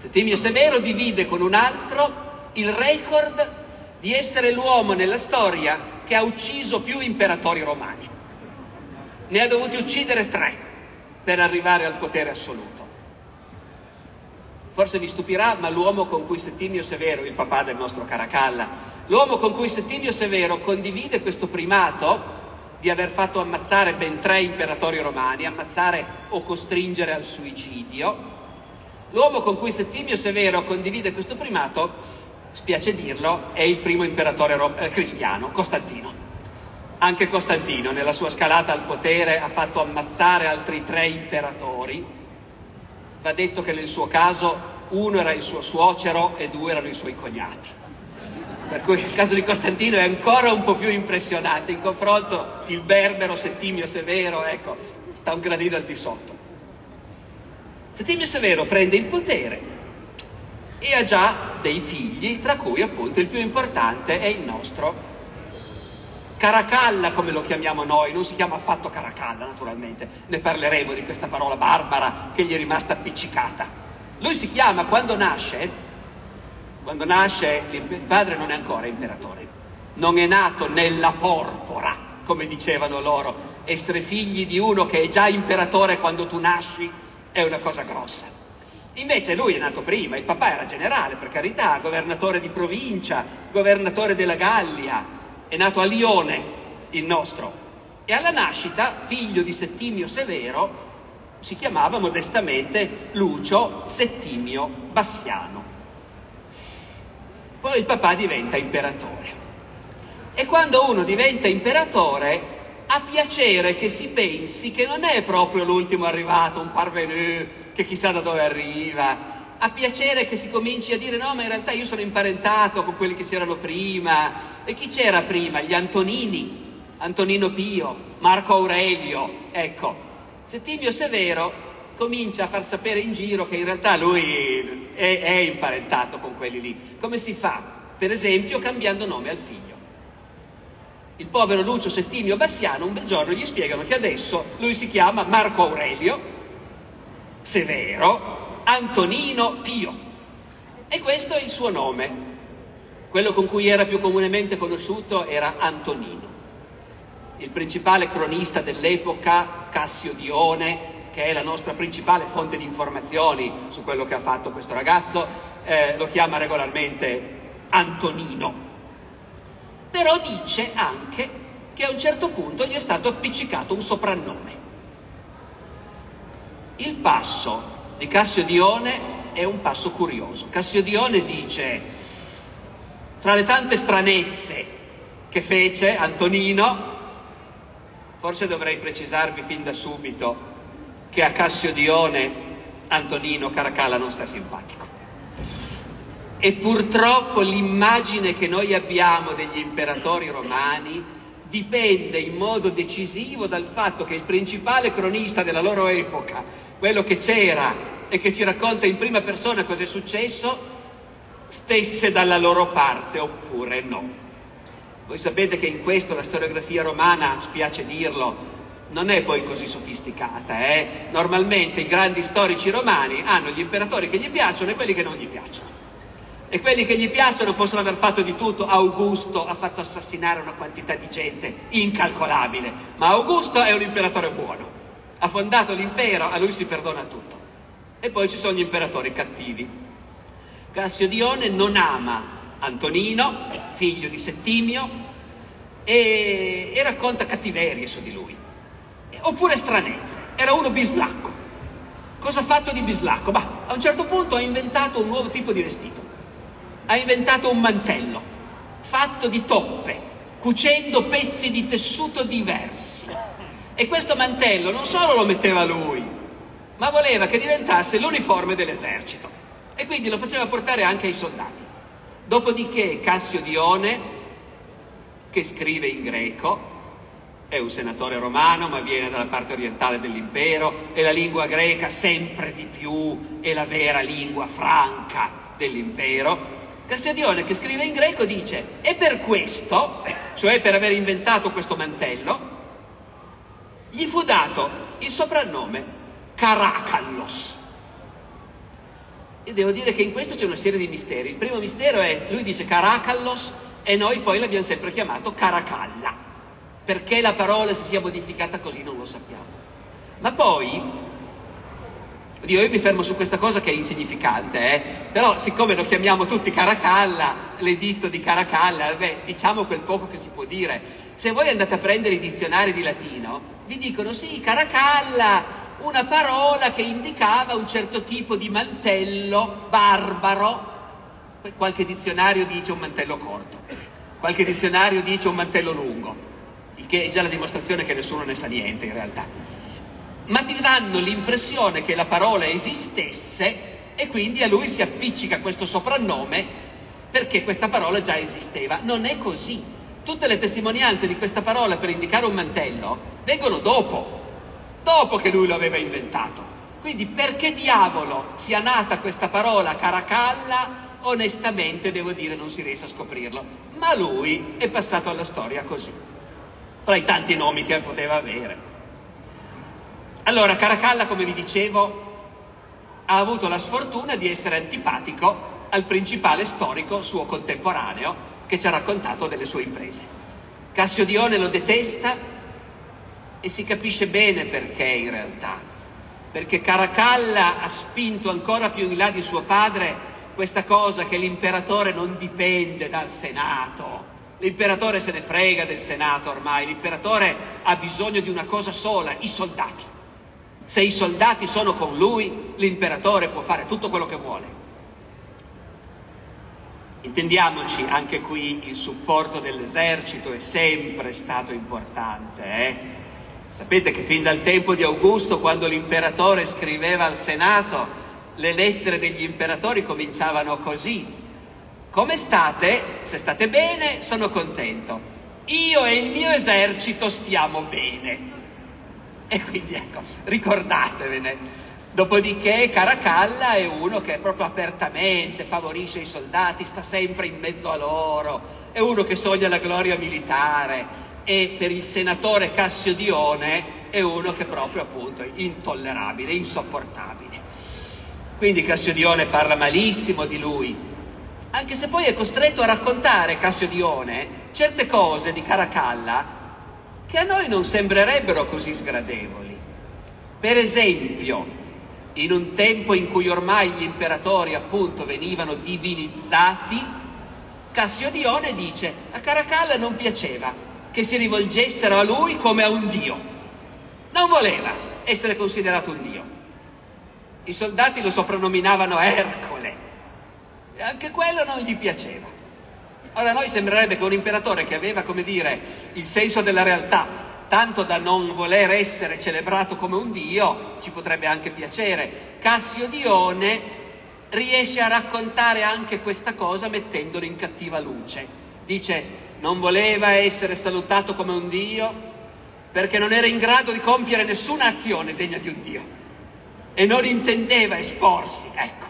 Settimio Severo divide con un altro il record di essere l'uomo nella storia che ha ucciso più imperatori romani. Ne ha dovuti uccidere 3 per arrivare al potere assoluto. Forse vi stupirà, ma l'uomo con cui Settimio Severo, il papà del nostro Caracalla, l'uomo con cui Settimio Severo condivide questo primato di aver fatto ammazzare ben 3 imperatori romani, ammazzare o costringere al suicidio, l'uomo con cui Settimio Severo condivide questo primato, spiace dirlo, è il primo imperatore cristiano, Costantino. Anche Costantino, nella sua scalata al potere, ha fatto ammazzare altri 3 imperatori. Va detto che nel suo caso 1 era il suo suocero e 2 erano i suoi cognati. Per cui il caso di Costantino è ancora un po' più impressionante. In confronto il berbero Settimio Severo, ecco, sta un gradino al di sotto. Settimio Severo prende il potere e ha già dei figli, tra cui appunto il più importante è il nostro Caracalla, come lo chiamiamo noi. Non si chiama affatto Caracalla, naturalmente, ne parleremo di questa parola barbara che gli è rimasta appiccicata. Lui si chiama, quando nasce il padre non è ancora imperatore, non è nato nella porpora, come dicevano loro. Essere figli di uno che è già imperatore quando tu nasci è una cosa grossa. Invece lui è nato prima, il papà era generale, per carità, governatore di provincia, governatore della Gallia. È nato a Lione, il nostro, e alla nascita, figlio di Settimio Severo, si chiamava modestamente Lucio Settimio Bassiano. Poi il papà diventa imperatore. E quando uno diventa imperatore, ha piacere che si pensi che non è proprio l'ultimo arrivato, un parvenu, che chissà da dove arriva. Ha piacere che si cominci a dire: no, ma in realtà io sono imparentato con quelli che c'erano prima. E chi c'era prima? Gli Antonini, Antonino Pio, Marco Aurelio. Ecco, Settimio Severo comincia a far sapere in giro che in realtà lui è imparentato con quelli lì. Come si fa? Per esempio cambiando nome al figlio. Il povero Lucio Settimio Bassiano un bel giorno gli spiegano che adesso lui si chiama Marco Aurelio Severo Antonino Pio, e questo è il suo nome. Quello con cui era più comunemente conosciuto era Antonino. Il principale cronista dell'epoca, Cassio Dione, che è la nostra principale fonte di informazioni su quello che ha fatto questo ragazzo, lo chiama regolarmente Antonino. Però dice anche che a un certo punto gli è stato appiccicato un soprannome. Il passo di Cassio Dione è un passo curioso. Cassio Dione dice: tra le tante stranezze che fece Antonino, forse dovrei precisarvi fin da subito che a Cassio Dione Antonino Caracalla non sta simpatico. E purtroppo l'immagine che noi abbiamo degli imperatori romani dipende in modo decisivo dal fatto che il principale cronista della loro epoca, quello che c'era e che ci racconta in prima persona cosa è successo, stesse dalla loro parte oppure no. Voi sapete che in questo la storiografia romana, spiace dirlo, non è poi così sofisticata. Normalmente i grandi storici romani hanno gli imperatori che gli piacciono e quelli che non gli piacciono. E quelli che gli piacciono possono aver fatto di tutto. Augusto ha fatto assassinare una quantità di gente incalcolabile, ma Augusto è un imperatore buono, ha fondato l'impero, a lui si perdona tutto. E poi ci sono gli imperatori cattivi. Cassio Dione non ama Antonino, figlio di Settimio, e racconta cattiverie su di lui, oppure stranezze. Era uno bislacco. Cosa ha fatto di bislacco? A un certo punto ha inventato un nuovo tipo di vestito. Ha inventato un mantello fatto di toppe, cucendo pezzi di tessuto diversi. E questo mantello non solo lo metteva lui, ma voleva che diventasse l'uniforme dell'esercito. E quindi lo faceva portare anche ai soldati. Dopodiché Cassio Dione, che scrive in greco, è un senatore romano ma viene dalla parte orientale dell'impero, e la lingua greca sempre di più è la vera lingua franca dell'impero. Cassio Dione, che scrive in greco, dice: e per questo, cioè per aver inventato questo mantello, gli fu dato il soprannome Caracallos. E devo dire che in questo c'è una serie di misteri. Il primo mistero è, lui dice Carakallos e noi poi l'abbiamo sempre chiamato Caracalla. Perché la parola si sia modificata così non lo sappiamo. Ma poi, io mi fermo su questa cosa che è insignificante, però siccome lo chiamiamo tutti Caracalla, l'editto di Caracalla, diciamo quel poco che si può dire. Se voi andate a prendere i dizionari di latino, vi dicono sì, Caracalla, una parola che indicava un certo tipo di mantello barbaro. Qualche dizionario dice un mantello corto, qualche dizionario dice un mantello lungo, il che è già la dimostrazione che nessuno ne sa niente in realtà. Ma ti danno l'impressione che la parola esistesse e quindi a lui si appiccica questo soprannome perché questa parola già esisteva. Non è così. Tutte le testimonianze di questa parola per indicare un mantello vengono dopo che lui lo aveva inventato. Quindi perché diavolo sia nata questa parola Caracalla, onestamente devo dire non si riesce a scoprirlo, ma lui è passato alla storia così, tra i tanti nomi che poteva avere. Allora Caracalla, come vi dicevo, ha avuto la sfortuna di essere antipatico al principale storico suo contemporaneo che ci ha raccontato delle sue imprese. Cassio Dione lo detesta e si capisce bene perché in realtà, perché Caracalla ha spinto ancora più in là di suo padre questa cosa che l'imperatore non dipende dal Senato, l'imperatore se ne frega del Senato ormai, l'imperatore ha bisogno di una cosa sola, i soldati. Se i soldati sono con lui, l'imperatore può fare tutto quello che vuole. Intendiamoci, anche qui il supporto dell'esercito è sempre stato importante, Sapete che fin dal tempo di Augusto, quando l'imperatore scriveva al Senato, le lettere degli imperatori cominciavano così: come state? Se state bene, sono contento. Io e il mio esercito stiamo bene. E quindi ecco, ricordatevene. Dopodiché Caracalla è uno che proprio apertamente favorisce i soldati, sta sempre in mezzo a loro, è uno che sogna la gloria militare. E per il senatore Cassio Dione è uno che proprio appunto è intollerabile, insopportabile. Quindi Cassio Dione parla malissimo di lui, anche se poi è costretto a raccontare Cassio Dione certe cose di Caracalla che a noi non sembrerebbero così sgradevoli. Per esempio, in un tempo in cui ormai gli imperatori appunto venivano divinizzati, Cassio Dione dice a Caracalla non piaceva che si rivolgessero a lui come a un dio, non voleva essere considerato un dio. I soldati lo soprannominavano Ercole e anche quello non gli piaceva. Ora a noi sembrerebbe che un imperatore che aveva, come dire, il senso della realtà, tanto da non voler essere celebrato come un dio, ci potrebbe anche piacere. Cassio Dione riesce a raccontare anche questa cosa mettendolo in cattiva luce. Dice: non voleva essere salutato come un dio perché non era in grado di compiere nessuna azione degna di un dio e non intendeva esporsi, ecco.